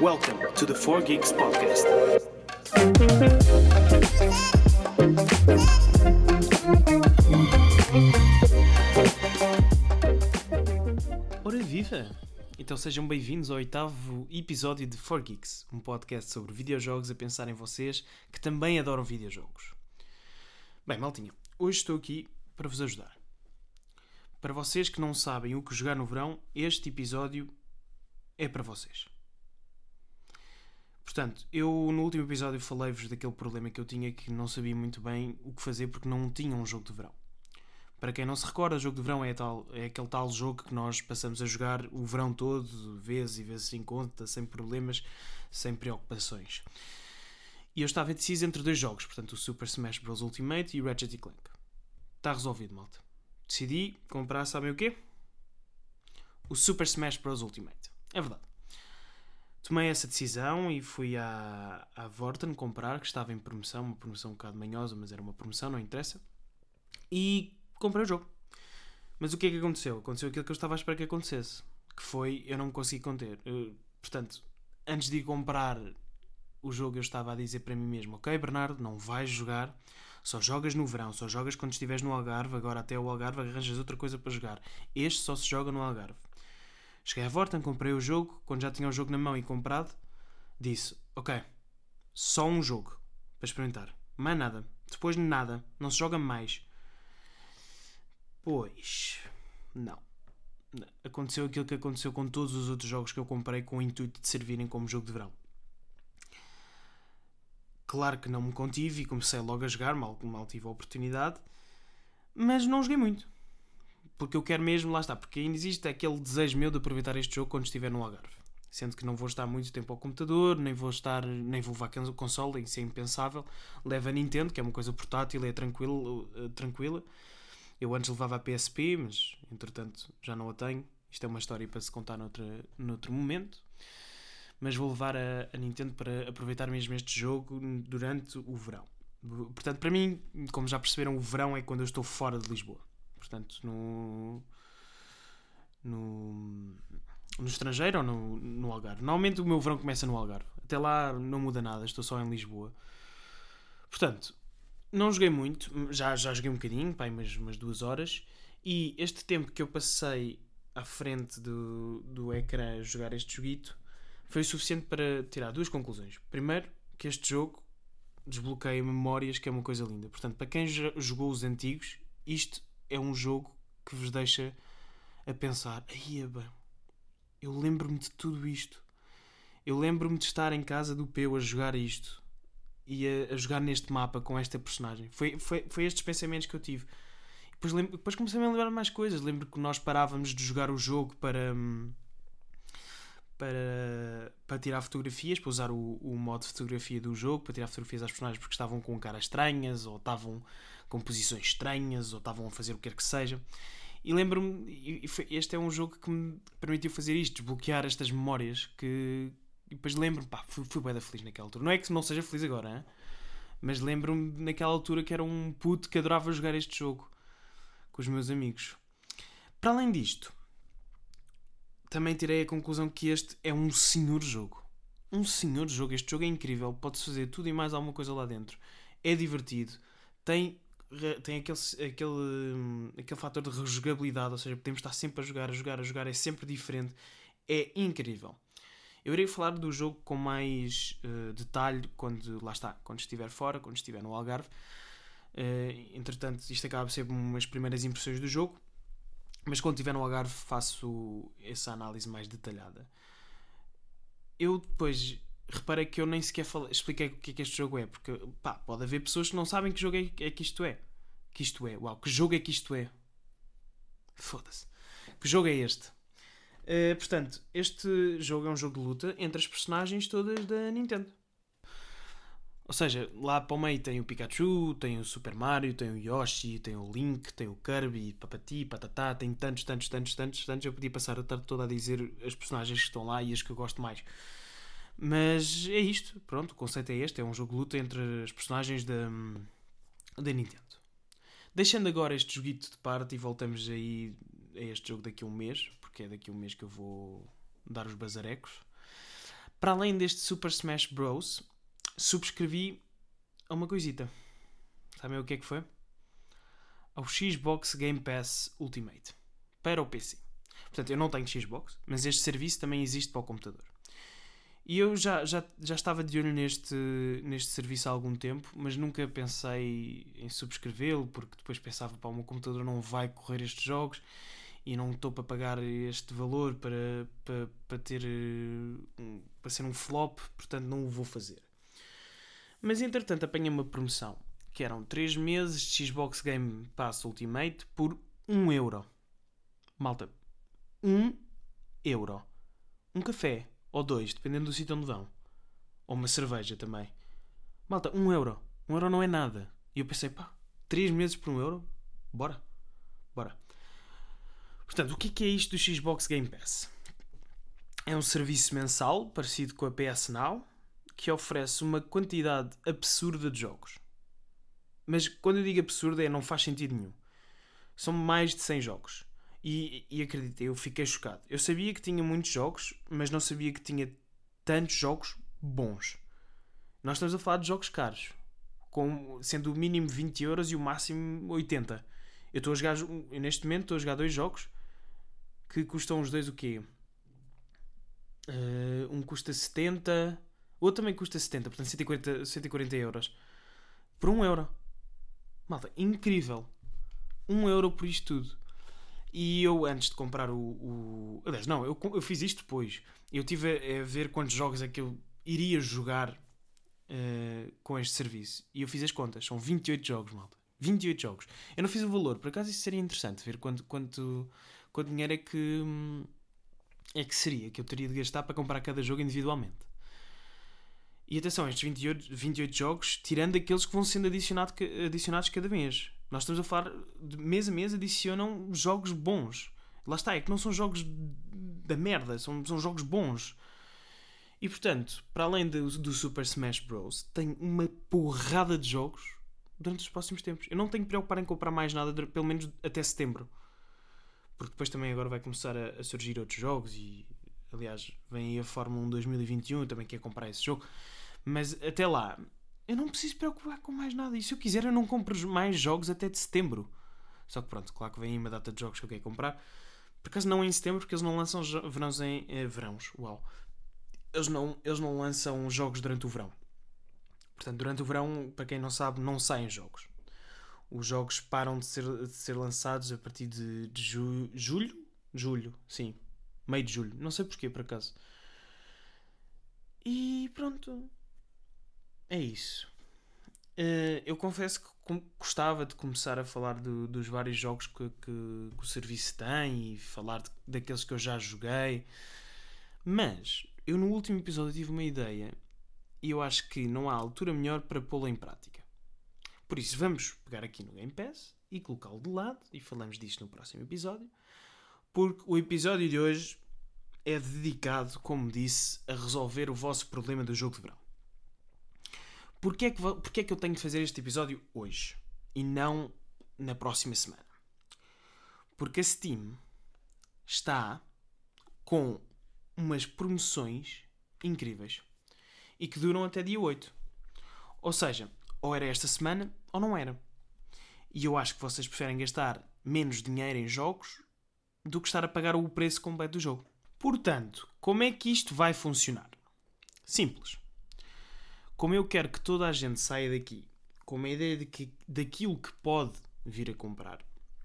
Welcome to the 4Geeks Podcast. Ora viva! Então sejam bem-vindos ao 8º episódio de 4Geeks, um podcast sobre videojogos a pensar em vocês que também adoram videojogos. Bem, maltinha, hoje estou aqui para vos ajudar. Para vocês que não sabem o que jogar no verão, este episódio é para vocês. Portanto, eu no último episódio falei-vos daquele problema que eu tinha, que não sabia muito bem o que fazer porque não tinha um jogo de verão. Para quem não se recorda, o jogo de verão é aquele tal jogo que nós passamos a jogar o verão todo, vezes e vezes sem conta, sem problemas, sem preocupações. E eu estava indeciso entre dois jogos, portanto o Super Smash Bros. Ultimate e o Ratchet & Clank. Está resolvido, malta. Decidi comprar, sabem o quê? O Super Smash Bros. Ultimate. É verdade. Tomei essa decisão e fui à Vorten comprar, que estava em promoção, uma promoção um bocado manhosa, mas era uma promoção, não interessa. E comprei o jogo. Mas o que é que aconteceu? Aconteceu aquilo que eu estava à espera que acontecesse. Que foi, eu não me consegui conter. Portanto, antes de comprar o jogo, eu estava a dizer para mim mesmo: ok, Bernardo, não vais jogar, só jogas no verão, só jogas quando estiveres no Algarve, agora até o Algarve arranjas outra coisa para jogar. Este só se joga no Algarve. Cheguei à Vorten, comprei o jogo, quando já tinha o jogo na mão e comprado, disse: ok, só um jogo para experimentar, mais nada, depois nada, não se joga mais. Pois, não. Aconteceu aquilo que aconteceu com todos os outros jogos que eu comprei com o intuito de servirem como jogo de verão. Claro que não me contive e comecei logo a jogar, mal tive a oportunidade, mas não joguei muito. Porque eu quero mesmo, lá está, porque ainda existe aquele desejo meu de aproveitar este jogo quando estiver no Algarve. Sendo que não vou estar muito tempo ao computador, nem vou levar consola, isso é impensável. Levo a Nintendo, que é uma coisa portátil, é tranquila. Eu antes levava a PSP, mas entretanto já não a tenho. Isto é uma história para se contar noutro momento. Mas vou levar a Nintendo para aproveitar mesmo este jogo durante o verão. Portanto, para mim, como já perceberam, o verão é quando eu estou fora de Lisboa. Portanto, no estrangeiro ou no Algarve. Normalmente o meu verão começa no Algarve. Até lá não muda nada, estou só em Lisboa. Portanto, não joguei muito. Já joguei um bocadinho, umas 2 horas. E este tempo que eu passei à frente do ecrã a jogar este joguito foi o suficiente para tirar 2 conclusões. Primeiro, que este jogo desbloqueia memórias, que é uma coisa linda. Portanto, para quem jogou os antigos, isto é um jogo que vos deixa a pensar: ai, eu lembro-me de tudo isto. Eu lembro-me de estar em casa do Peu a jogar isto e a jogar neste mapa com esta personagem. Foi estes pensamentos que eu tive. Depois comecei a lembrar de mais coisas. Lembro que nós parávamos de jogar o jogo para tirar fotografias, para usar o modo de fotografia do jogo, para tirar fotografias às personagens porque estavam com caras estranhas, ou estavam com posições estranhas, ou estavam a fazer o que quer que seja. E lembro-me, este é um jogo que me permitiu fazer isto, desbloquear estas memórias, e depois lembro-me, fui bué da feliz naquela altura. Não é que não seja feliz agora, hein? Mas lembro-me naquela altura que era um puto que adorava jogar este jogo com os meus amigos. Para além disto, também tirei a conclusão que este é um senhor jogo. Um senhor jogo. Este jogo é incrível. Pode-se fazer tudo e mais alguma coisa lá dentro. É divertido. Tem aquele fator de rejogabilidade. Ou seja, podemos estar sempre a jogar. É sempre diferente. É incrível. Eu irei falar do jogo com mais detalhe quando estiver fora, quando estiver no Algarve. Entretanto, isto acaba por ser umas primeiras impressões do jogo. Mas quando estiver no Algarve faço essa análise mais detalhada. Eu depois reparei que eu nem sequer expliquei o que é que este jogo é. Porque pode haver pessoas que não sabem que jogo é que isto é. Que jogo é que isto é? Foda-se. Que jogo é este? Portanto, este jogo é um jogo de luta entre as personagens todas da Nintendo. Ou seja, lá para o meio tem o Pikachu, tem o Super Mario, tem o Yoshi, tem o Link, tem o Kirby, papati, patatá, tem tantos. Eu podia passar a tarde toda a dizer as personagens que estão lá e as que eu gosto mais. Mas é isto, pronto, o conceito é este, é um jogo de luta entre as personagens da Nintendo. Deixando agora este joguito de parte e voltamos aí a este jogo daqui a um mês, porque é daqui a um mês que eu vou dar os bazarecos. Para além deste Super Smash Bros, subscrevi a uma coisita. Sabem o que é que foi? Ao Xbox Game Pass Ultimate. Para o PC. Portanto, eu não tenho Xbox, mas este serviço também existe para o computador. E eu já estava de olho neste serviço há algum tempo, mas nunca pensei em subscrevê-lo, porque depois pensava, pá, o meu computador não vai correr estes jogos e não estou para pagar este valor para ter para ser um flop, portanto não o vou fazer. Mas entretanto apanhei uma promoção, que eram 3 meses de Xbox Game Pass Ultimate por 1€. Malta, 1€. Um café, ou 2, dependendo do sítio onde vão. Ou uma cerveja também. Malta, 1€. 1€ não é nada. E eu pensei, pá, 3 meses por 1€? Bora. Portanto, o que é isto do Xbox Game Pass? É um serviço mensal, parecido com a PS Now, que oferece uma quantidade absurda de jogos. Mas quando eu digo absurda, não faz sentido nenhum. São mais de 100 jogos. E acreditem, eu fiquei chocado. Eu sabia que tinha muitos jogos, mas não sabia que tinha tantos jogos bons. Nós estamos a falar de jogos caros, sendo o mínimo 20€ e o máximo 80. Neste momento estou a jogar 2 jogos que custam os dois o quê? Um custa 70, o outro também custa 70, portanto 140€ por 1€. Malta, incrível. 1€ por isto tudo. E eu, antes de comprar aliás, não, eu fiz isto depois. Eu estive a ver quantos jogos é que eu iria jogar com este serviço. E eu fiz as contas. São 28 jogos, malta. 28 jogos. Eu não fiz o valor. Por acaso isso seria interessante. Ver quanto dinheiro é que seria. Que eu teria de gastar para comprar cada jogo individualmente. E atenção, estes 28 jogos, tirando aqueles que vão sendo adicionados cada mês. Nós estamos a falar de mês a mês adicionam jogos bons. Lá está, é que não são jogos da merda, são jogos bons. E portanto, para além do Super Smash Bros, tem uma porrada de jogos durante os próximos tempos. Eu não tenho que preocupar em comprar mais nada, pelo menos até setembro. Porque depois também agora vai começar a surgir outros jogos e, aliás, vem aí a Fórmula 1 2021, eu também quero comprar esse jogo. Mas até lá, eu não preciso preocupar com mais nada. E se eu quiser, eu não compro mais jogos até de setembro. Só que pronto, claro que vem aí uma data de jogos que eu quero comprar. Por acaso não em setembro, porque eles não lançam verões verões. Uau. Eles não lançam jogos durante o verão. Portanto, durante o verão, para quem não sabe, não saem jogos. Os jogos param de ser lançados a partir de julho? Julho, sim. Meio de julho. Não sei porquê, por acaso. E pronto. É isso. Eu confesso que gostava de começar a falar dos vários jogos que o serviço tem e falar daqueles que eu já joguei. Mas eu no último episódio tive uma ideia e eu acho que não há altura melhor para pô-la em prática. Por isso vamos pegar aqui no Game Pass e colocá-lo de lado e falamos disto no próximo episódio. Porque o episódio de hoje é dedicado, como disse, a resolver o vosso problema do jogo de verão. Porquê é que eu tenho de fazer este episódio hoje e não na próxima semana? Porque a Steam está com umas promoções incríveis e que duram até dia 8. Ou seja, ou era esta semana ou não era. E eu acho que vocês preferem gastar menos dinheiro em jogos do que estar a pagar o preço completo do jogo. Portanto, como é que isto vai funcionar? Simples. Como eu quero que toda a gente saia daqui com uma ideia daquilo que pode vir a comprar,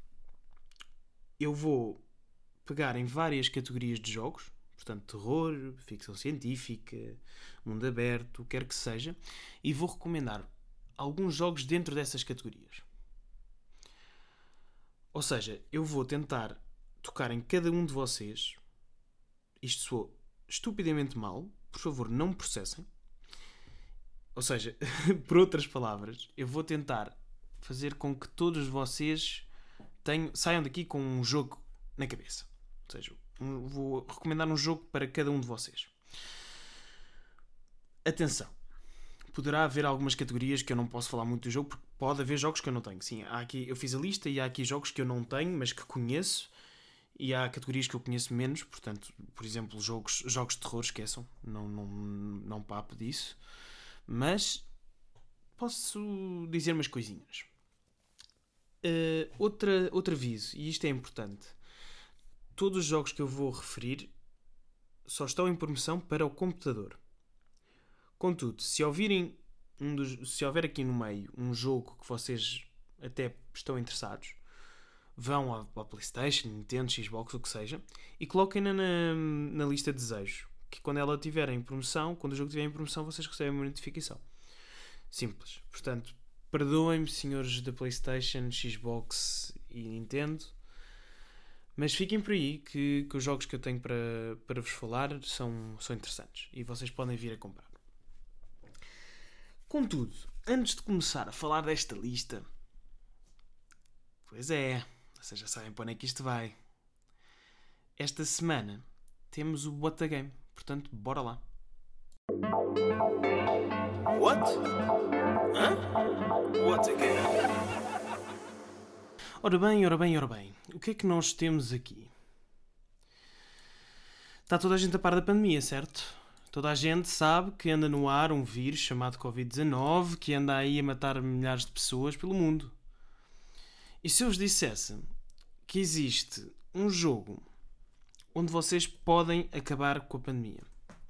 eu vou pegar em várias categorias de jogos, portanto terror, ficção científica, mundo aberto, o que quer que seja, e vou recomendar alguns jogos dentro dessas categorias. Ou seja, eu vou tentar tocar em cada um de vocês. Isto soou estupidamente mal, por favor não me processem. Ou seja, por outras palavras, eu vou tentar fazer com que todos vocês saiam daqui com um jogo na cabeça. Ou seja, vou recomendar um jogo para cada um de vocês. Atenção, poderá haver algumas categorias que eu não posso falar muito do jogo, porque pode haver jogos que eu não tenho. Sim, eu fiz a lista e há aqui jogos que eu não tenho, mas que conheço E há categorias que eu conheço menos, portanto, por exemplo, jogos de terror, esqueçam, não papo disso. Mas posso dizer umas coisinhas. Outro aviso, e isto é importante. Todos os jogos que eu vou referir só estão em promoção para o computador. Contudo, se houver aqui no meio um jogo que vocês até estão interessados, vão à PlayStation, Nintendo, Xbox, o que seja, e coloquem-na na lista de desejos. Que quando ela estiver em promoção, quando o jogo estiver em promoção, vocês recebem uma notificação. Simples. Portanto, perdoem-me, senhores da PlayStation, Xbox e Nintendo, mas fiquem por aí que os jogos que eu tenho para vos falar são interessantes e vocês podem vir a comprar. Contudo, antes de começar a falar desta lista, pois é, vocês já sabem para onde é que isto vai. Esta semana temos o What the Game, portanto, bora lá. What? Hã? What the Game? Ora bem, o que é que nós temos aqui? Está toda a gente a par da pandemia, certo? Toda a gente sabe que anda no ar um vírus chamado Covid-19 que anda aí a matar milhares de pessoas pelo mundo. E se eu vos dissesse que existe um jogo onde vocês podem acabar com a pandemia?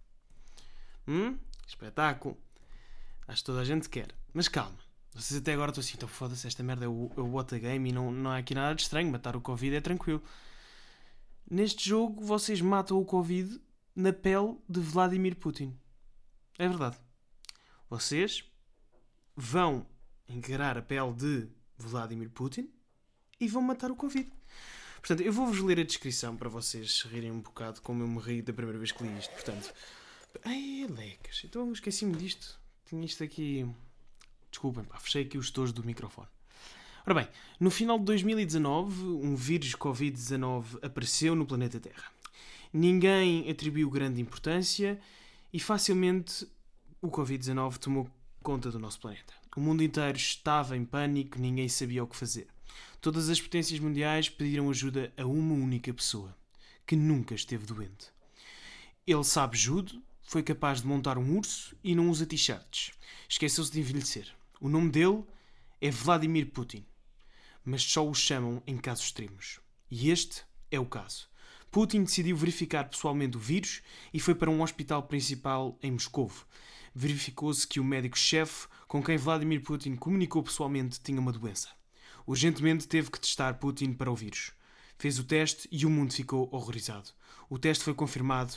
Espetáculo. Acho que toda a gente quer. Mas calma. Vocês até agora estão assim, então foda-se, esta merda é o What a Game e não há aqui nada de estranho. Matar o Covid é tranquilo. Neste jogo vocês matam o Covid na pele de Vladimir Putin. É verdade. Vocês vão encarar a pele de Vladimir Putin e vão matar o Covid. Portanto, eu vou-vos ler a descrição para vocês rirem um bocado como eu me ri da primeira vez que li isto. Portanto, ai, lecas, então eu esqueci-me disto. Tinha isto aqui... Desculpem, fechei aqui os tojos do microfone. Ora bem, no final de 2019, um vírus Covid-19 apareceu no planeta Terra. Ninguém atribuiu grande importância e facilmente o Covid-19 tomou conta do nosso planeta. O mundo inteiro estava em pânico, ninguém sabia o que fazer. Todas as potências mundiais pediram ajuda a uma única pessoa, que nunca esteve doente. Ele sabe judo, foi capaz de montar um urso e não usa t-shirts. Esqueceu-se de envelhecer. O nome dele é Vladimir Putin, mas só o chamam em casos extremos. E este é o caso. Putin decidiu verificar pessoalmente o vírus e foi para um hospital principal em Moscovo. Verificou-se que o médico-chefe com quem Vladimir Putin comunicou pessoalmente tinha uma doença. Urgentemente teve que testar Putin para o vírus. Fez o teste e o mundo ficou horrorizado. O teste foi confirmado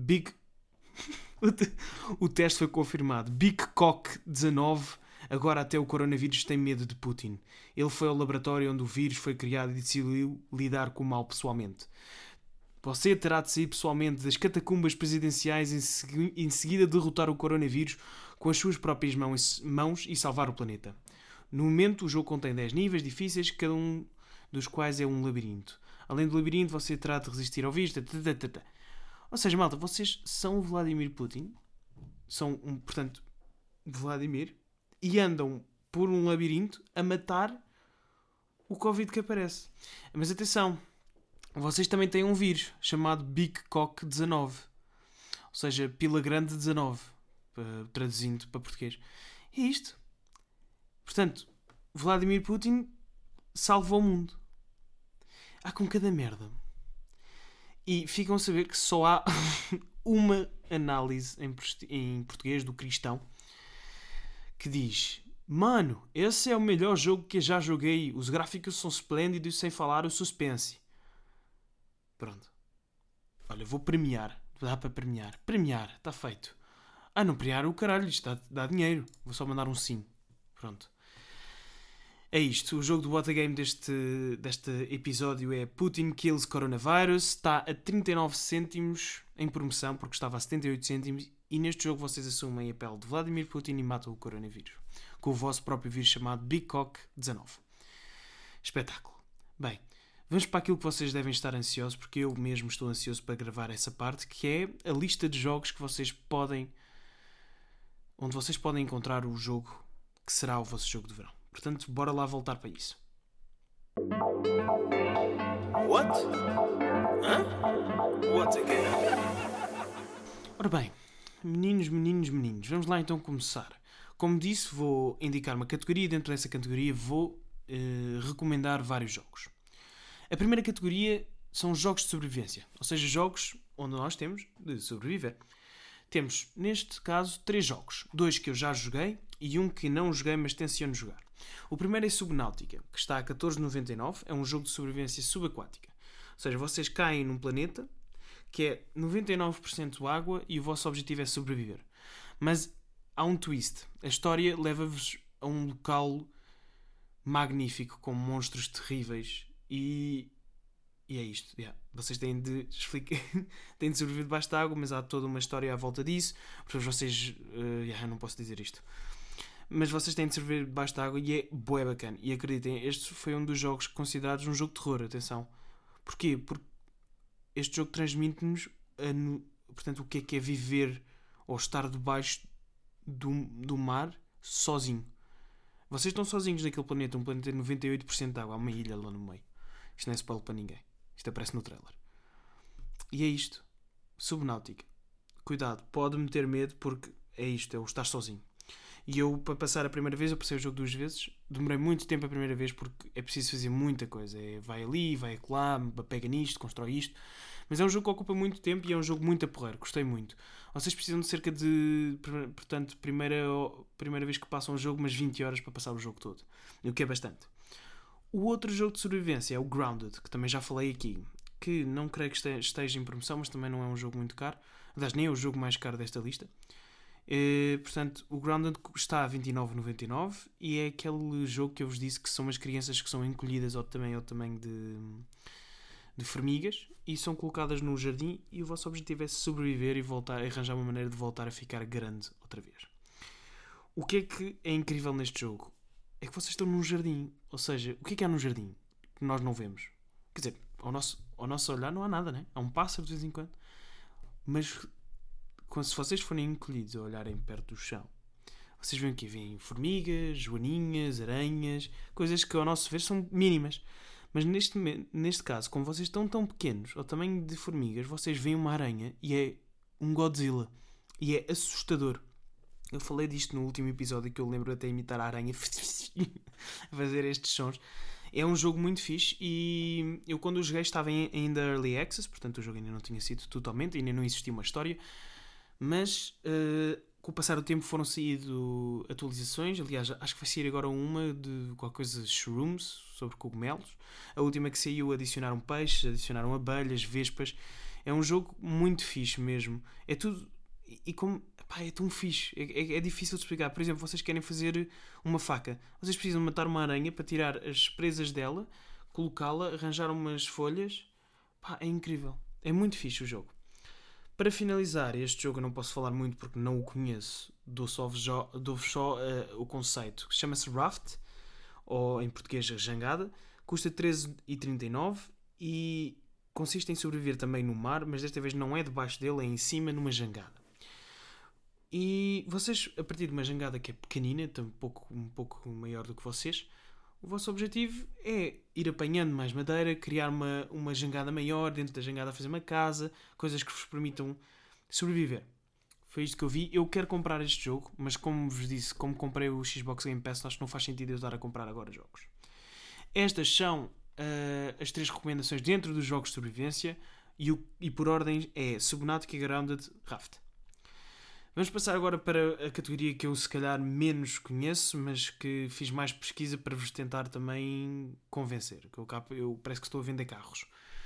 Big Cock 19. Agora até o coronavírus tem medo de Putin. Ele foi ao laboratório onde o vírus foi criado e decidiu lidar com o mal pessoalmente. Você terá de sair pessoalmente das catacumbas presidenciais e em seguida derrotar o coronavírus com as suas próprias mãos e salvar o planeta. No momento, o jogo contém 10 níveis difíceis, cada um dos quais é um labirinto. Além do labirinto, você terá de resistir ao vírus. Ou seja, malta, vocês são o Vladimir Putin, portanto, Vladimir, e andam por um labirinto a matar o Covid que aparece. Mas atenção, vocês também têm um vírus chamado Big Cock 19, ou seja, pila grande 19, traduzindo para português. É isto. Portanto, Vladimir Putin salvou o mundo. Há com cada merda. E ficam a saber que só há uma análise em português do Cristão que diz: mano, esse é o melhor jogo que já joguei. Os gráficos são esplêndidos, sem falar o suspense. Pronto. Olha, vou premiar. Dá para premiar. Premiar, está feito. Não premiar o caralho, isto dá dinheiro. Vou só mandar um sim. Pronto. É isto. O jogo do What a Game deste episódio é Putin Kills Coronavirus. Está a 39 cêntimos em promoção, porque estava a 78 cêntimos. E neste jogo vocês assumem a pele de Vladimir Putin e matam o coronavírus. Com o vosso próprio vírus chamado Big Cock 19. Espetáculo. Bem, vamos para aquilo que vocês devem estar ansiosos, porque eu mesmo estou ansioso para gravar essa parte, que é a lista de jogos que vocês podem... onde vocês podem encontrar o jogo que será o vosso jogo de verão. Portanto, bora lá voltar para isso. What? Hã? What again? Ora bem, meninos, vamos lá então começar. Como disse, vou indicar uma categoria e dentro dessa categoria vou recomendar vários jogos. A primeira categoria são jogos de sobrevivência, ou seja, jogos onde nós temos de sobreviver. Temos, neste caso, 3 jogos. 2 que eu já joguei e um que não joguei, mas tenciono jogar. O primeiro é Subnautica, que está a 14,99. É um jogo de sobrevivência subaquática. Ou seja, vocês caem num planeta que é 99% água e o vosso objetivo é sobreviver. Mas há um twist. A história leva-vos a um local magnífico, com monstros terríveis e é isto. Yeah. Vocês têm de explicar, têm de sobreviver debaixo da água, mas há toda uma história à volta disso. Porque vocês, eu não posso dizer isto. Mas vocês têm de sobreviver debaixo da água e é bué bacana. E acreditem, este foi um dos jogos considerados um jogo de terror. Atenção. Porquê? Porque este jogo transmite-nos portanto, o que é viver ou estar debaixo do mar sozinho. Vocês estão sozinhos naquele planeta, um planeta de 98% de água, há uma ilha lá no meio. Isto não é spoiler para ninguém. Isto aparece no trailer. E é isto. Subnautica. Cuidado, pode meter medo porque é isto, é o estar sozinho. E eu, para passar a primeira vez, eu passei o jogo 2 vezes. Demorei muito tempo a primeira vez porque é preciso fazer muita coisa. Vai ali, vai acolá, pega nisto, constrói isto. Mas é um jogo que ocupa muito tempo e é um jogo muito a porreiro. Gostei muito. Vocês precisam de cerca de, portanto, primeira vez que passam o jogo, umas 20 horas para passar o jogo todo. O que é bastante. O outro jogo de sobrevivência é o Grounded, que também já falei aqui. Que não creio que esteja em promoção, mas também não é um jogo muito caro. Aliás, nem é o jogo mais caro desta lista. Portanto, o Grounded está a 29,99 e é aquele jogo que eu vos disse que são as crianças que são encolhidas ao tamanho de formigas e são colocadas no jardim e o vosso objetivo é sobreviver e arranjar uma maneira de voltar a ficar grande outra vez. O que é incrível neste jogo? É que vocês estão num jardim. Ou seja, o que há num jardim que nós não vemos? Quer dizer, ao nosso olhar não há nada, né? Há um pássaro de vez em quando. Mas se vocês forem encolhidos a olharem perto do chão, vocês veem o quê? Veem formigas, joaninhas, aranhas, coisas que ao nosso ver são mínimas. Mas neste caso, como vocês estão tão pequenos, ao tamanho de formigas, vocês veem uma aranha e é um Godzilla. E é assustador. Eu falei disto no último episódio que eu lembro até imitar a aranha a fazer estes sons. É um jogo muito fixe e eu quando o joguei estava ainda Early Access, portanto o jogo ainda não tinha sido totalmente, ainda não existia uma história, mas com o passar do tempo foram saído atualizações. Aliás, acho que vai sair agora uma de qualquer coisa shrooms, sobre cogumelos. A última que saiu adicionaram peixes, adicionaram abelhas, vespas. É um jogo muito fixe mesmo. É tudo... E como... Pá, é tão fixe. É difícil de explicar. Por exemplo, vocês querem fazer uma faca. Vocês precisam matar uma aranha para tirar as presas dela, colocá-la, arranjar umas folhas. Pá, é incrível. É muito fixe o jogo. Para finalizar, este jogo eu não posso falar muito porque não o conheço. Dou-vos só o conceito. Chama-se Raft, ou em português Jangada. Custa 13,39 e consiste em sobreviver também no mar, mas desta vez não é debaixo dele, é em cima numa jangada. E vocês, a partir de uma jangada que é pequenina, um pouco maior do que vocês, o vosso objetivo é ir apanhando mais madeira, criar uma jangada maior, dentro da jangada fazer uma casa, coisas que vos permitam sobreviver. Foi isto que eu vi. Eu quero comprar este jogo, mas como vos disse, como comprei o Xbox Game Pass, acho que não faz sentido eu estar a comprar agora jogos. Estas são as 3 recomendações dentro dos jogos de sobrevivência e por ordem é Subnautica, Grounded, Raft. Vamos passar agora para a categoria que eu se calhar menos conheço, mas que fiz mais pesquisa para vos tentar também convencer. Eu parece que estou a vender carros.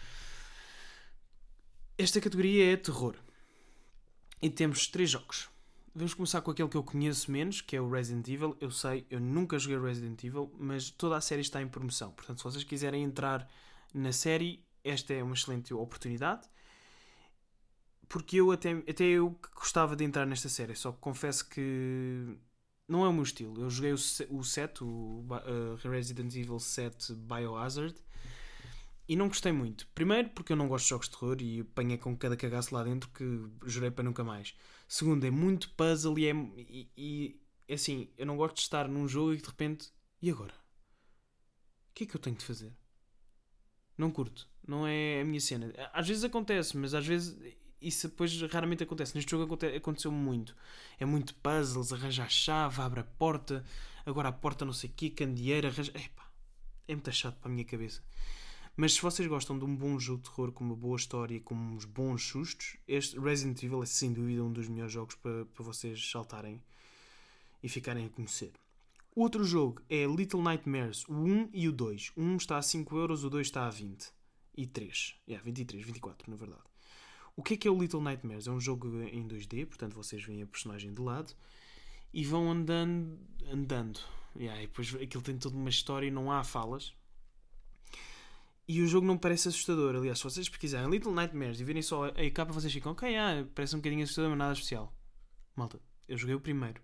Esta categoria é terror. E temos 3 jogos. Vamos começar com aquele que eu conheço menos, que é o Resident Evil. Eu sei, eu nunca joguei Resident Evil, mas toda a série está em promoção. Portanto, se vocês quiserem entrar na série, esta é uma excelente oportunidade. Porque até eu gostava de entrar nesta série, só que confesso que não é o meu estilo. Eu joguei o 7, o Resident Evil 7 Biohazard, e não gostei muito. Primeiro, porque eu não gosto de jogos de terror e apanhei com cada cagaço lá dentro que jurei para nunca mais. Segundo, é muito puzzle e assim, eu não gosto de estar num jogo e de repente, e agora? O que é que eu tenho de fazer? Não curto. Não é a minha cena. Às vezes acontece, mas às vezes isso depois raramente acontece. Neste jogo aconteceu muito. É muito puzzles, arranja a chave, abre a porta, agora a porta não sei o quê, candeeiro, arranja... Epá, é muito chato para a minha cabeça. Mas se vocês gostam de um bom jogo de terror com uma boa história, com uns bons sustos, este Resident Evil é sem dúvida um dos melhores jogos para vocês saltarem e ficarem a conhecer. O outro jogo é Little Nightmares, o 1 e o 2. O 1 está a 5€, o 2 está a 20. E 3. 23, 24 na verdade. O que é o Little Nightmares? É um jogo em 2D, portanto vocês veem a personagem de lado e vão andando. E depois aquilo tem toda uma história e não há falas. E o jogo não parece assustador. Aliás, se vocês pesquisarem Little Nightmares e virem só a capa, vocês ficam, ok, parece um bocadinho assustador, mas nada especial. Malta, eu joguei o primeiro.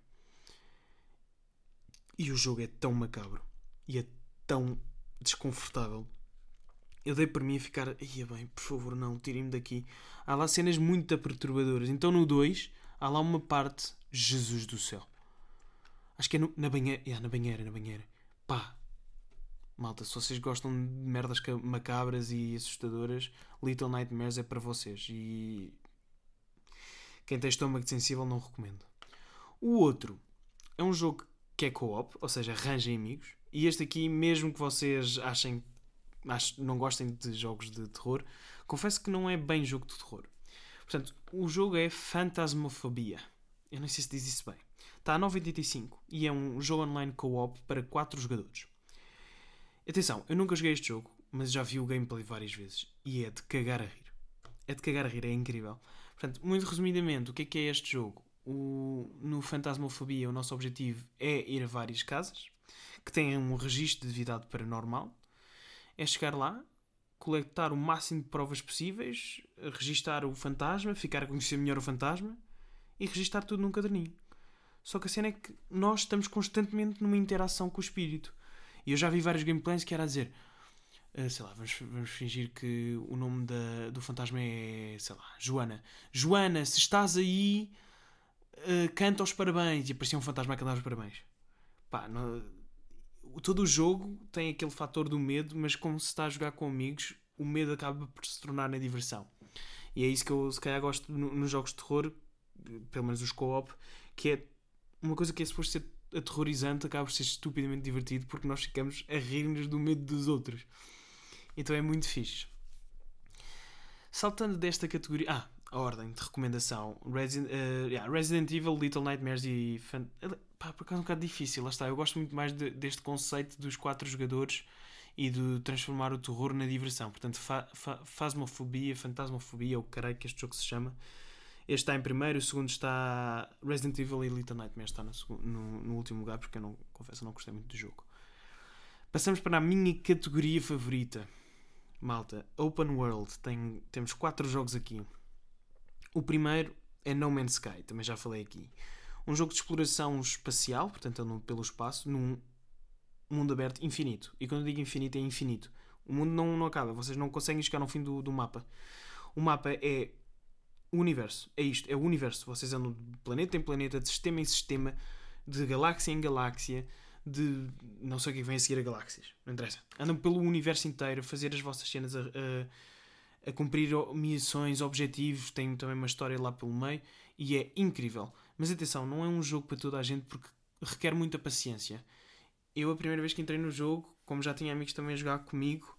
E o jogo é tão macabro. E é tão desconfortável. Eu dei por mim a ficar, ia bem, por favor, não, tirem-me daqui. Há lá cenas muito perturbadoras. Então no 2, há lá uma parte, Jesus do céu. Acho que é na banheira. Na banheira. Pá. Malta, se vocês gostam de merdas macabras e assustadoras, Little Nightmares é para vocês. E quem tem estômago sensível não recomendo. O outro é um jogo que é co-op, ou seja, arranjem amigos. E este aqui, mesmo que vocês não gostem de jogos de terror, confesso que não é bem jogo de terror. Portanto, o jogo é Phantasmophobia. Eu não sei se diz isso bem. Está a 9,85 e é um jogo online co-op para 4 jogadores. Atenção, eu nunca joguei este jogo, mas já vi o gameplay várias vezes e é de cagar a rir. É de cagar a rir, é incrível. Portanto, muito resumidamente, o que é este jogo? No Phantasmophobia, o nosso objetivo é ir a várias casas que têm um registro de atividade paranormal. É chegar lá, coletar o máximo de provas possíveis, registar o fantasma, ficar a conhecer melhor o fantasma e registar tudo num caderninho. Só que a cena é que nós estamos constantemente numa interação com o espírito. E eu já vi vários gameplays que era a dizer, sei lá, vamos fingir que o nome do fantasma é, sei lá, Joana. Joana, se estás aí, canta os parabéns. E aparecia um fantasma a cantar os parabéns. Pá, todo o jogo tem aquele fator do medo, mas como se está a jogar com amigos, o medo acaba por se tornar na diversão. E é isso que eu se calhar gosto nos jogos de terror, pelo menos os co-op, que é uma coisa que é suposto ser aterrorizante, acaba por ser estupidamente divertido porque nós ficamos a rir-nos do medo dos outros. Então é muito fixe. Saltando desta categoria... a ordem de recomendação. Resident Evil, Little Nightmares e... por acaso é um bocado difícil, lá está. Eu gosto muito mais deste conceito dos 4 jogadores e de transformar o terror na diversão. Portanto, Fantasmofobia, ou caralho que este jogo se chama. Este está em primeiro, o segundo está Resident Evil e Little Nightmares está no último lugar, porque eu confesso, não gostei muito do jogo. Passamos para a minha categoria favorita. Malta, Open World. Temos 4 jogos aqui. O primeiro é No Man's Sky, também já falei aqui. Um jogo de exploração espacial, portanto andam pelo espaço, num mundo aberto infinito. E quando eu digo infinito, é infinito. O mundo não acaba, vocês não conseguem chegar ao fim do mapa. O mapa é o universo, é isto, é o universo. Vocês andam de planeta em planeta, de sistema em sistema, de galáxia em galáxia, de não sei o que vem a seguir a galáxias, não interessa. Andam pelo universo inteiro a fazer as vossas cenas, a cumprir missões, objetivos, tem também uma história lá pelo meio e é incrível. Mas atenção, não é um jogo para toda a gente porque requer muita paciência. Eu, a primeira vez que entrei no jogo, como já tinha amigos também a jogar comigo,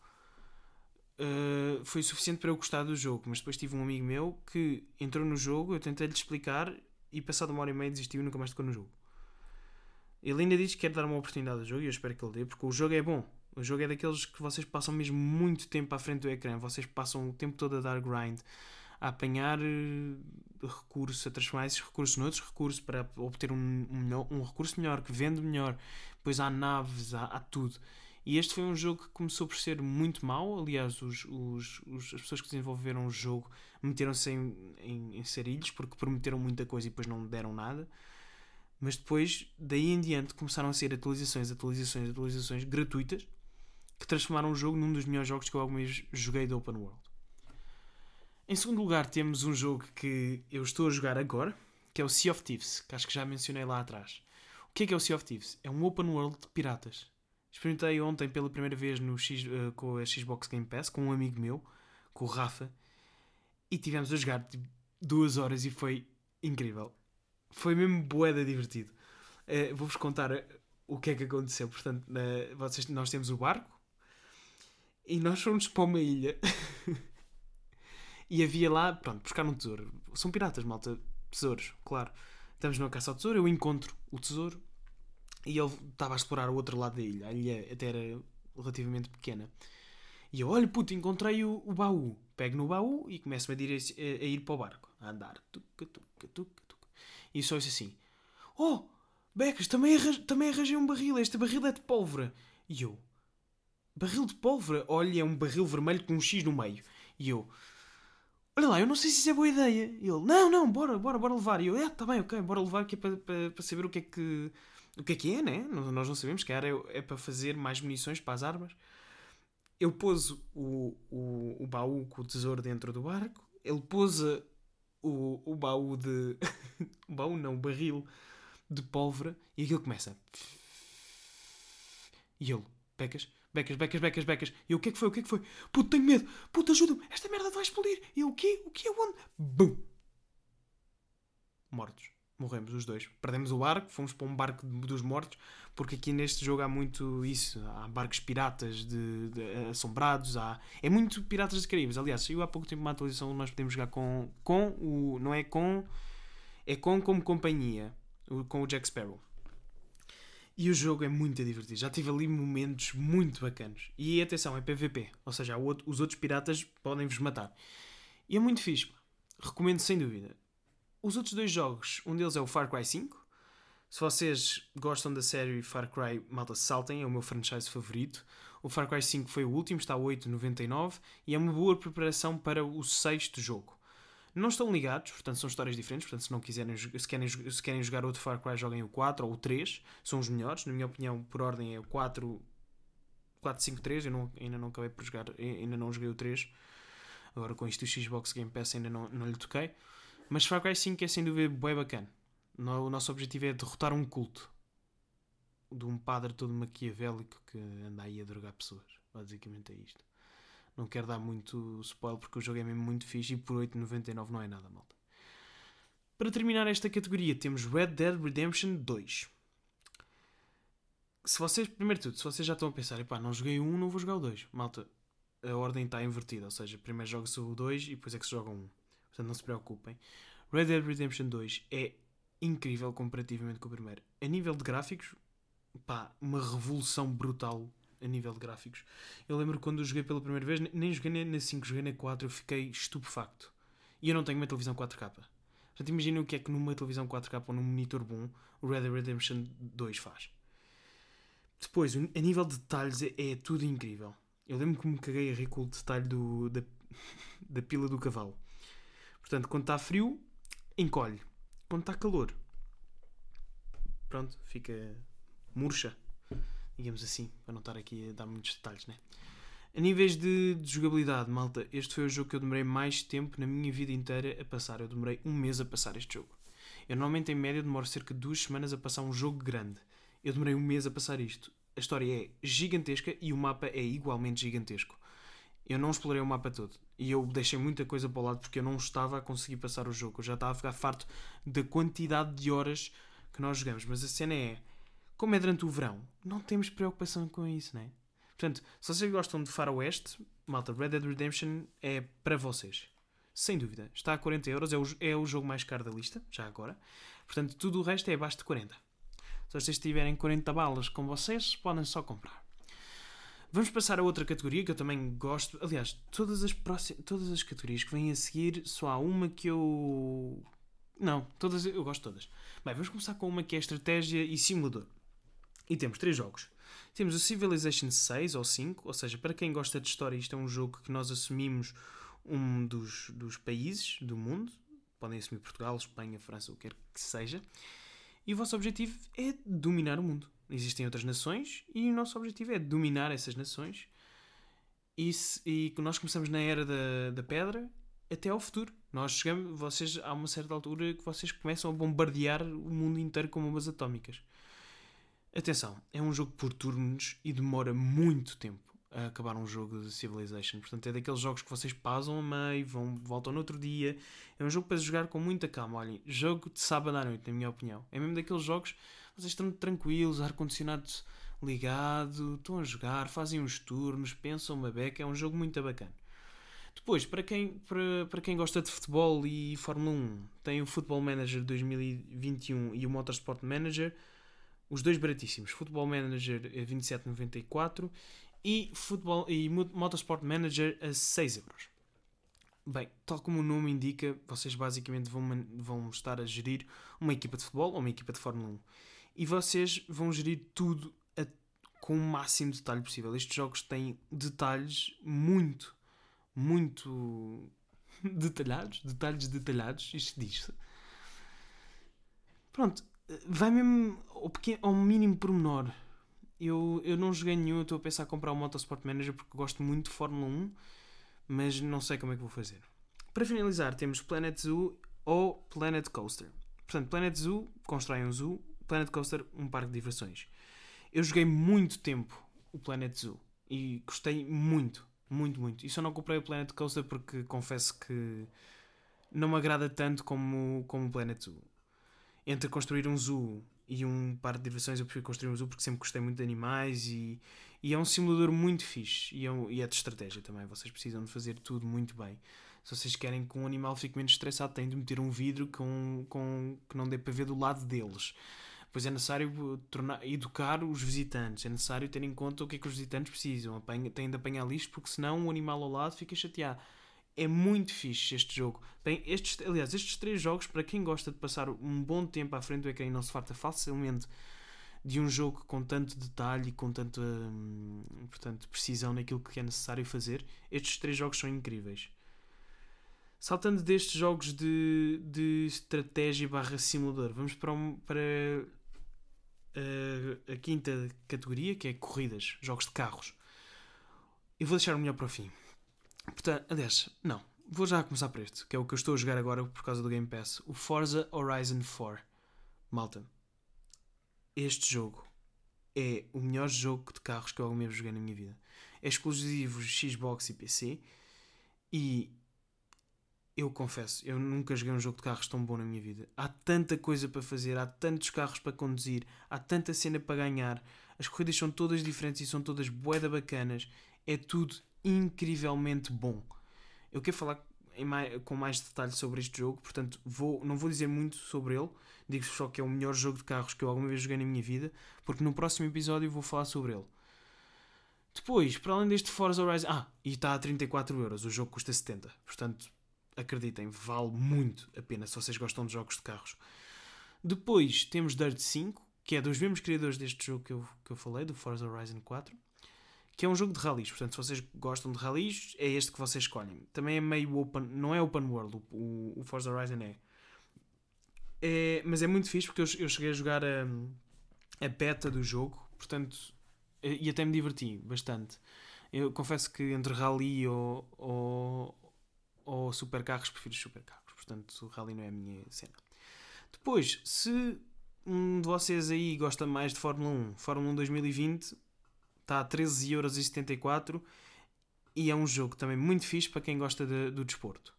foi suficiente para eu gostar do jogo. Mas depois tive um amigo meu que entrou no jogo, eu tentei-lhe explicar e passado 1h30 desistiu e nunca mais tocou no jogo. Ele ainda diz que quer dar uma oportunidade ao jogo e eu espero que ele dê, porque o jogo é bom. O jogo é daqueles que vocês passam mesmo muito tempo à frente do ecrã. Vocês passam o tempo todo a dar grind, a apanhar recursos, a transformar esses recursos noutros recursos para obter um recurso melhor, que vende melhor. Depois há naves, há tudo. E este foi um jogo que começou por ser muito mau. Aliás, as pessoas que desenvolveram o jogo meteram-se em sarilhos porque prometeram muita coisa e depois não deram nada. Mas depois, daí em diante, começaram a ser atualizações gratuitas que transformaram o jogo num dos melhores jogos que eu alguma vez joguei de Open World. Em segundo lugar, temos um jogo que eu estou a jogar agora, que é o Sea of Thieves, que acho que já mencionei lá atrás. O que é o Sea of Thieves? É um Open World de piratas. Experimentei ontem pela primeira vez com a Xbox Game Pass, com um amigo meu, com o Rafa, e tivemos a jogar tipo, 2 horas e foi incrível. Foi mesmo bué de divertido. Vou-vos contar o que é que aconteceu. Portanto, nós temos o barco e nós fomos para uma ilha e havia lá, pronto, buscar um tesouro. São piratas, malta. Tesouros, claro. Estamos numa caça ao tesouro, eu encontro o tesouro e ele estava a explorar o outro lado da ilha. A ilha até era relativamente pequena. E eu, olha puto, encontrei o baú. Pego no baú e começo-me a ir para o barco. A andar. Tuca, tuca, tuca, tuca. E só isso assim. Oh, Becas, também arranjei um barril. Este barril é de pólvora. E eu, barril de pólvora? Olha, é um barril vermelho com um X no meio. E eu, olha lá, eu não sei se isso é boa ideia. E ele, não, bora levar. E eu, tá bem, ok, bora levar, que é para saber o que é, né? Nós não sabemos, que é para fazer mais munições para as armas. Eu pôs o baú com o tesouro dentro do barco. Ele pôs o baú de... o baú não, o barril de pólvora. E aquilo começa. E ele, becas. E eu, o que é que foi? Puto, tenho medo. Puto, ajuda-me. Esta merda vai explodir. E eu, o quê? Onde? Bum. Mortos. Morremos os dois. Perdemos o barco, fomos para um barco dos mortos, porque aqui neste jogo há muito isso. Há barcos piratas assombrados, é muito Piratas dos Caraíbas. Aliás, saiu há pouco tempo uma atualização onde nós podemos jogar com o... Não é com... É com como companhia. Com o Jack Sparrow. E o jogo é muito divertido. Já tive ali momentos muito bacanos. E atenção, é PVP. Ou seja, os outros piratas podem-vos matar. E é muito fixe. Recomendo sem dúvida. Os outros dois jogos, um deles é o Far Cry 5. Se vocês gostam da série Far Cry, malta, saltem, é o meu franchise favorito. O Far Cry 5 foi o último, está a 8,99 e é uma boa preparação para o sexto jogo. Não estão ligados, portanto são histórias diferentes, portanto se não quiserem, se querem jogar outro Far Cry, joguem o 4 ou o 3, são os melhores, na minha opinião, por ordem é o 4, 5, 3, eu ainda não acabei por jogar, ainda não joguei o 3, agora com isto o Xbox Game Pass ainda não lhe toquei. Mas Far Cry 5 é sem dúvida bem bacana. O nosso objetivo é derrotar um culto de um padre todo maquiavélico que anda aí a drogar pessoas. Basicamente é isto. Não quero dar muito spoiler porque o jogo é mesmo muito fixe e por 8,99 não é nada, malta. Para terminar esta categoria temos Red Dead Redemption 2. Primeiro de tudo, se vocês já estão a pensar, não joguei o 1, não vou jogar o 2. Malta, a ordem está invertida, ou seja, primeiro joga-se o 2 e depois é que se joga o 1. Portanto, não se preocupem. Red Dead Redemption 2 é incrível comparativamente com o primeiro. A nível de gráficos, uma revolução brutal a nível de gráficos. Eu lembro quando eu joguei pela primeira vez, nem joguei na 5, joguei na 4, eu fiquei estupefacto. E eu não tenho uma televisão 4K. Portanto, imaginem o que é que numa televisão 4K ou num monitor bom o Red Dead Redemption 2 faz. Depois, a nível de detalhes é tudo incrível. Eu lembro que me caguei a rir com o detalhe da pila do cavalo. Portanto, quando está frio, encolhe. Quando está calor, pronto, fica murcha, digamos assim, para não estar aqui a dar muitos detalhes, né? A níveis de jogabilidade, malta, este foi o jogo que eu demorei mais tempo na minha vida inteira a passar. Eu demorei 1 mês a passar este jogo. Eu normalmente, em média, demoro cerca de 2 semanas a passar um jogo grande. Eu demorei 1 mês a passar isto. A história é gigantesca e o mapa é igualmente gigantesco. Eu não explorei o mapa todo. E eu deixei muita coisa para o lado porque eu não estava a conseguir passar o jogo. Eu já estava a ficar farto da quantidade de horas que nós jogamos. Mas a cena é, como é durante o verão, não temos preocupação com isso, não é? Portanto, se vocês gostam de faroeste, malta, Red Dead Redemption é para vocês. Sem dúvida. Está a 40€, é o jogo mais caro da lista, já agora. Portanto, tudo o resto é abaixo de 40. Se vocês tiverem 40 balas com vocês, podem só comprar. Vamos passar a outra categoria que eu também gosto. Aliás, todas as categorias que vêm a seguir, só há uma que eu... Não, todas eu gosto de todas. Bem, vamos começar com uma que é estratégia e simulador. E temos 3 jogos. Temos o Civilization 6 ou 5, ou seja, para quem gosta de história, isto é um jogo que nós assumimos um dos países do mundo. Podem assumir Portugal, Espanha, França, o que quer que seja. E o vosso objetivo é dominar o mundo. Existem outras nações e o nosso objetivo é dominar essas nações. E nós começamos na era da pedra até ao futuro. Há uma certa altura que vocês começam a bombardear o mundo inteiro com bombas atómicas. Atenção, é um jogo por turnos e demora muito tempo a acabar um jogo de Civilization. Portanto, é daqueles jogos que vocês pausam a meio, voltam no outro dia. É um jogo para jogar com muita calma. Olhem, jogo de sábado à noite, na minha opinião. É mesmo daqueles jogos que vocês estão tranquilos, ar-condicionado ligado, estão a jogar, fazem uns turnos, pensam uma beca. É um jogo muito bacana. Depois, para quem gosta de futebol e Fórmula 1, tem o Football Manager 2021 e o Motorsport Manager. Os dois baratíssimos. Football Manager a 27,94 e Motorsport Manager a 6€. Bem, tal como o nome indica, vocês basicamente vão estar a gerir uma equipa de futebol ou uma equipa de Fórmula 1. E vocês vão gerir tudo com o máximo detalhe possível. Estes jogos têm detalhes muito, muito detalhados. Detalhes detalhados, isto diz-se. Pronto, vai mesmo ao mínimo pormenor. Eu não joguei nenhum, estou a pensar em comprar o Motorsport Manager porque gosto muito de Fórmula 1, mas não sei como é que vou fazer. Para finalizar, temos Planet Zoo ou Planet Coaster. Portanto, Planet Zoo, constrói um zoo, Planet Coaster, um parque de diversões. Eu joguei muito tempo o Planet Zoo e gostei muito, muito, muito. E só não comprei o Planet Coaster porque confesso que não me agrada tanto como o Planet Zoo. Entre construir um zoo e um parque de diversões, eu prefiro construir um zoo porque sempre gostei muito de animais e é um simulador muito fixe e é de estratégia também. Vocês precisam de fazer tudo muito bem. Se vocês querem que um animal fique menos estressado, têm de meter um vidro que não dê para ver do lado deles. Pois é necessário educar os visitantes, é necessário ter em conta o que é que os visitantes precisam. Têm de apanhar lixo porque senão o animal ao lado fica chateado. É muito fixe este jogo. Estes 3 jogos, para quem gosta de passar um bom tempo à frente do ecrã e não se farta facilmente de um jogo com tanto detalhe e com tanta precisão naquilo que é necessário fazer, estes 3 jogos são incríveis. Saltando destes jogos de estratégia / simulador, vamos para a quinta categoria, que é corridas, jogos de carros. Eu vou deixar o melhor para o fim. Portanto, aliás, não. Vou já começar por este, que é o que eu estou a jogar agora por causa do Game Pass. O Forza Horizon 4. Malta, este jogo é o melhor jogo de carros que eu alguma vez joguei na minha vida. É exclusivo Xbox e PC. E eu confesso, eu nunca joguei um jogo de carros tão bom na minha vida. Há tanta coisa para fazer, há tantos carros para conduzir, há tanta cena para ganhar. As corridas são todas diferentes e são todas bué da bacanas. É tudo incrivelmente bom. Eu quero falar com mais detalhe sobre este jogo, portanto não vou dizer muito sobre ele, digo só que é o melhor jogo de carros que eu alguma vez joguei na minha vida, porque no próximo episódio vou falar sobre ele. Depois, para além deste Forza Horizon, e está a 34€, o jogo custa 70, portanto acreditem, vale muito a pena se vocês gostam de jogos de carros. Depois temos Dirt 5, que é dos mesmos criadores deste jogo que eu falei, do Forza Horizon 4, que é um jogo de rallies. Portanto, se vocês gostam de rallies, é este que vocês escolhem. Também é meio open, não é open world, o Forza Horizon mas é muito fixe porque eu cheguei a jogar a beta do jogo, portanto, e até me diverti bastante. Eu confesso que entre rally ou supercarros, prefiro os supercarros, portanto, o rally não é a minha cena. Depois, se um de vocês aí gosta mais de Fórmula 1, Fórmula 1 2020 está a 13,74€ e é um jogo também muito fixe para quem gosta do desporto.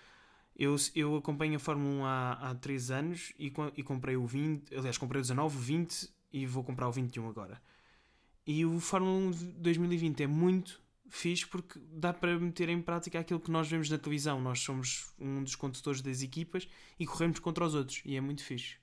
Eu acompanho a Fórmula 1 há 3 anos e comprei o 20, aliás, comprei o 19, o 20 e vou comprar o 21 agora. E o Fórmula 1 2020 é muito fixe porque dá para meter em prática aquilo que nós vemos na televisão. Nós somos um dos condutores das equipas e corremos contra os outros e é muito fixe.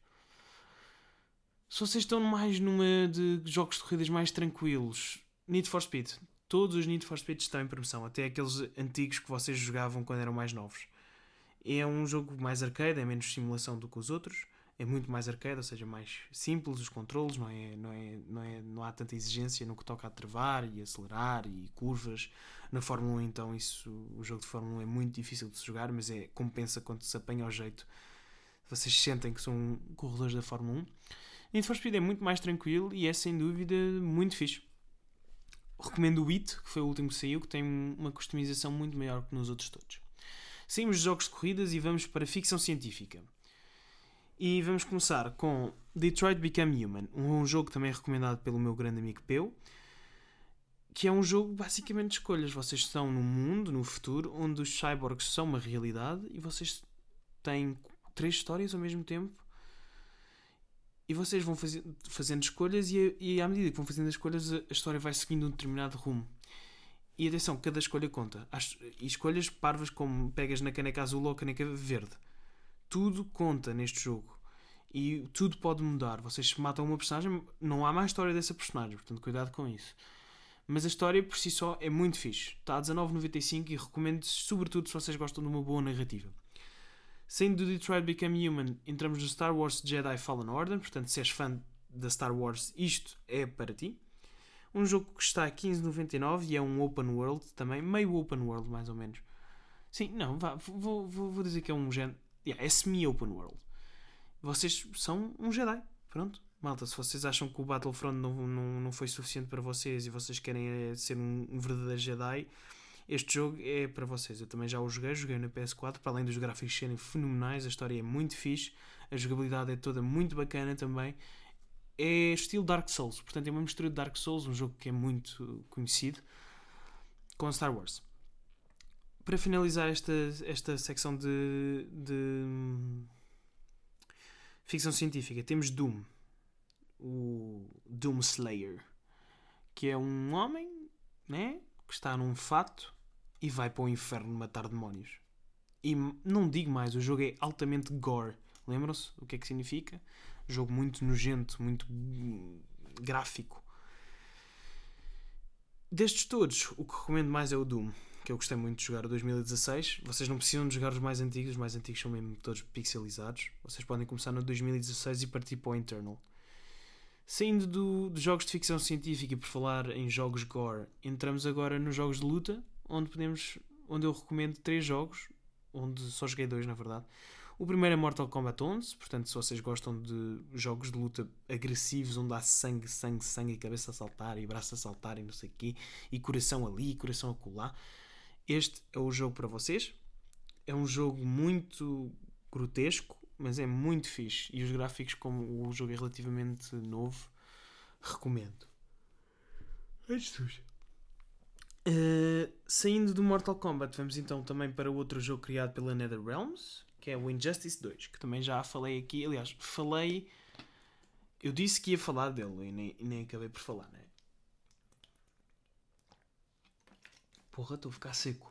Se vocês estão mais numa de jogos de corridas mais tranquilos, Need for Speed. Todos os Need for Speed estão em promoção, até aqueles antigos que vocês jogavam quando eram mais novos. É um jogo mais arcade, é menos simulação do que os outros. É muito mais arcade, ou seja, mais simples os controles, não há tanta exigência no que toca a travar e acelerar e curvas. Na Fórmula 1, então, o jogo de Fórmula 1 é muito difícil de se jogar, mas compensa quando se apanha ao jeito. Vocês sentem que são corredores da Fórmula 1. Need for Speed é muito mais tranquilo e é sem dúvida muito fixe. Recomendo o It, que foi o último que saiu, que tem uma customização muito maior que nos outros todos. Saímos de jogos de corridas e vamos para ficção científica. E vamos começar com Detroit Become Human, um jogo também recomendado pelo meu grande amigo Peu, que é um jogo basicamente de escolhas. Vocês estão num mundo, no futuro, onde os cyborgs são uma realidade e vocês têm 3 histórias ao mesmo tempo e vocês vão fazendo escolhas e à medida que vão fazendo as escolhas a história vai seguindo um determinado rumo. E atenção, cada escolha conta. E escolhas parvas como pegas na caneca azul ou caneca verde. Tudo conta neste jogo. E tudo pode mudar. Vocês matam uma personagem, não há mais história dessa personagem, portanto cuidado com isso. Mas a história por si só é muito fixe. Está a 19,95 e recomendo, sobretudo se vocês gostam de uma boa narrativa. Saindo do Detroit Become Human, entramos no Star Wars Jedi Fallen Order. Portanto, se és fã da Star Wars, isto é para ti. Um jogo que está a 15,99 e é um open world também. Meio open world, mais ou menos. Sim, não, vou dizer que é um género... é semi-open world. Vocês são um Jedi. Pronto. Malta, se vocês acham que o Battlefront não foi suficiente para vocês e vocês querem ser um verdadeiro Jedi, este jogo é para vocês. Eu também já o joguei na PS4, para além dos gráficos serem fenomenais, a história é muito fixe, a jogabilidade é toda muito bacana também. É estilo Dark Souls, portanto é uma mistura de Dark Souls, um jogo que é muito conhecido, com Star Wars. Para finalizar esta secção de ficção científica, temos Doom, o Doom Slayer, que é um homem, né, que está num fato e vai para o inferno matar demónios. E não digo mais, o jogo é altamente gore. Lembram-se o que é que significa? Jogo muito nojento, muito gráfico. Destes todos, o que recomendo mais é o Doom, que eu gostei muito de jogar o 2016. Vocês não precisam de jogar os mais antigos são mesmo todos pixelizados. Vocês podem começar no 2016 e partir para o Internal. Saindo de jogos de ficção científica e por falar em jogos gore, entramos agora nos jogos de luta, onde eu recomendo 3 jogos, onde só joguei 2 na verdade. O primeiro é Mortal Kombat 11, portanto se vocês gostam de jogos de luta agressivos, onde há sangue e cabeça a saltar e braço a saltar e não sei o quê, e coração ali e coração acolá, este é o jogo para vocês. É um jogo muito grotesco, mas é muito fixe. E os gráficos, como o jogo é relativamente novo, recomendo. Saindo do Mortal Kombat, vamos então também para outro jogo criado pela NetherRealms, que é o Injustice 2, que também já falei aqui. Aliás, eu disse que ia falar dele e nem acabei por falar, né? Porra, estou a ficar seco.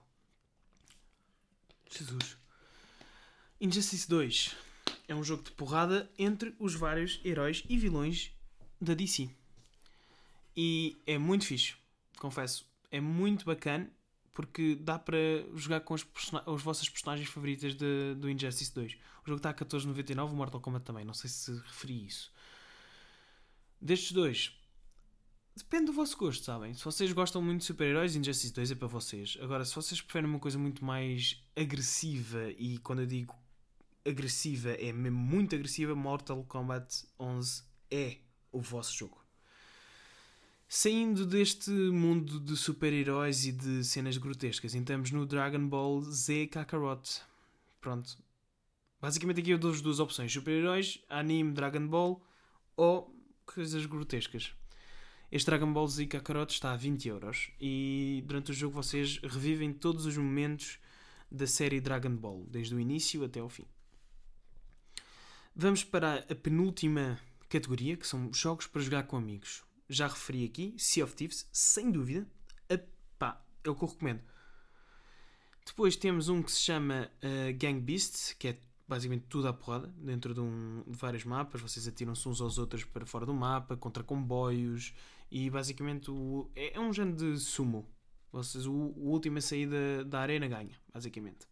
Jesus. Injustice 2 é um jogo de porrada entre os vários heróis e vilões da DC. E é muito fixe, confesso. É muito bacana, porque dá para jogar com as vossas personagens favoritas do Injustice 2. O jogo está a 14,99, o Mortal Kombat também, não sei se referi isso. Destes dois, depende do vosso gosto, sabem? Se vocês gostam muito de super-heróis, Injustice 2 é para vocês. Agora, se vocês preferem uma coisa muito mais agressiva, e quando eu digo agressiva, é mesmo muito agressiva, Mortal Kombat 11 é o vosso jogo. Saindo deste mundo de super-heróis e de cenas grotescas, entramos no Dragon Ball Z Kakarot. Pronto. Basicamente aqui eu dou-vos 2 opções. Super-heróis, anime, Dragon Ball ou coisas grotescas. Este Dragon Ball Z Kakarot está a 20€ e durante o jogo vocês revivem todos os momentos da série Dragon Ball, desde o início até ao fim. Vamos para a penúltima categoria, que são jogos para jogar com amigos. Já referi aqui, Sea of Thieves, sem dúvida. É o que eu recomendo. Depois temos um que se chama Gang Beasts, que é basicamente tudo à porrada, dentro de vários mapas. Vocês atiram-se uns aos outros para fora do mapa, contra comboios, e basicamente é um género de sumo. O último a sair da arena ganha, basicamente.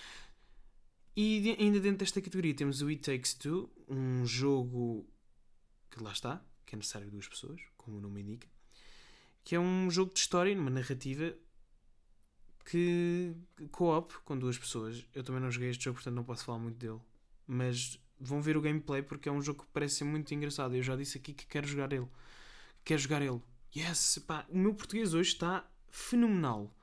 E ainda dentro desta categoria temos o It Takes Two, um jogo que lá está, que é necessário 2 pessoas, como o nome indica, que é um jogo de história, numa narrativa que co-op com 2 pessoas. Eu também não joguei este jogo, portanto não posso falar muito dele, mas vão ver o gameplay porque é um jogo que parece ser muito engraçado. Eu já disse aqui que quero jogar ele. Yes, pá, o meu português hoje está fenomenal.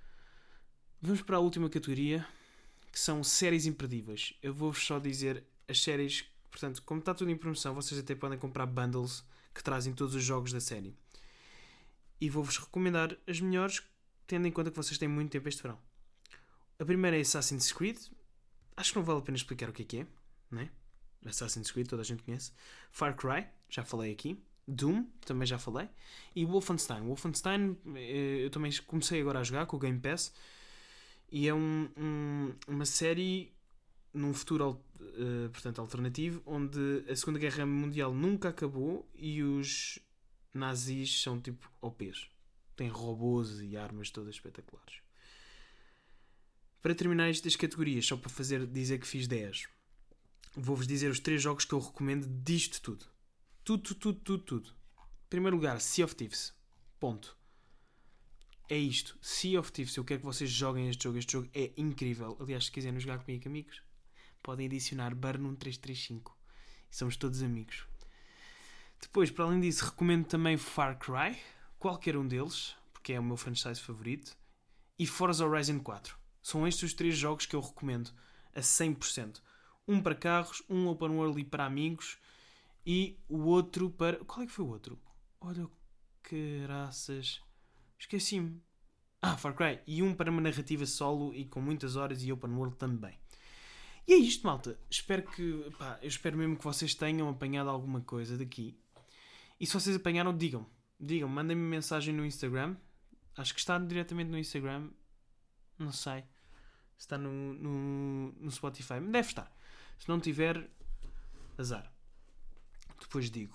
Vamos para a última categoria, que são séries imperdíveis. Eu vou-vos só dizer as séries, portanto, como está tudo em promoção, vocês até podem comprar bundles que trazem todos os jogos da série. E vou-vos recomendar as melhores, tendo em conta que vocês têm muito tempo este verão. A primeira é Assassin's Creed. Acho que não vale a pena explicar o que é, né? Assassin's Creed, toda a gente conhece. Far Cry, já falei aqui. Doom, também já falei. E Wolfenstein. Wolfenstein, eu também comecei agora a jogar com o Game Pass. E é uma série num futuro portanto, alternativo, onde a Segunda Guerra Mundial nunca acabou e os nazis são tipo OPs. Têm robôs e armas todas espetaculares. Para terminar isto das categorias, só para dizer que fiz 10, vou-vos dizer os 3 jogos que eu recomendo disto tudo. Tudo. Em primeiro lugar, Sea of Thieves. Ponto. É isto. Sea of Thieves. Eu quero que vocês joguem este jogo. Este jogo é incrível. Aliás, se quiserem jogar comigo, amigos, podem adicionar Burn1335. Somos todos amigos. Depois, para além disso, recomendo também Far Cry. Qualquer um deles, porque é o meu franchise favorito. E Forza Horizon 4. São estes os 3 jogos que eu recomendo a 100%. Um para carros, um open world e para amigos. E o outro para... Qual é que foi o outro? Olha que graças... Esqueci-me. Far Cry. E um para uma narrativa solo e com muitas horas e open world também. E é isto, malta. Eu espero mesmo que vocês tenham apanhado alguma coisa daqui. E se vocês apanharam, digam. Mandem-me mensagem no Instagram. Acho que está diretamente no Instagram. Não sei. Está no Spotify. Deve estar. Se não tiver, azar. Depois digo.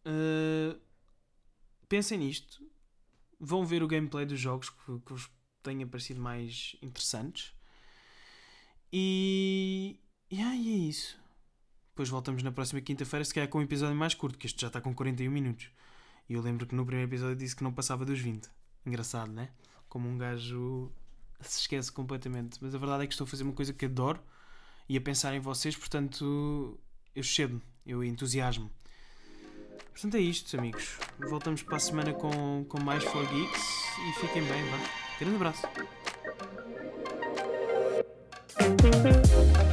Pensem nisto. Vão ver o gameplay dos jogos que vos tenha parecido mais interessantes. E é isso. Depois voltamos na próxima quinta-feira, se calhar com um episódio mais curto, que este já está com 41 minutos. E eu lembro que no primeiro episódio disse que não passava dos 20. Engraçado, né? Como um gajo se esquece completamente. Mas a verdade é que estou a fazer uma coisa que adoro e a pensar em vocês, portanto eu cedo, eu entusiasmo. Portanto é isto, amigos. Voltamos para a semana com mais 4Geeks e fiquem bem, vá. Grande abraço.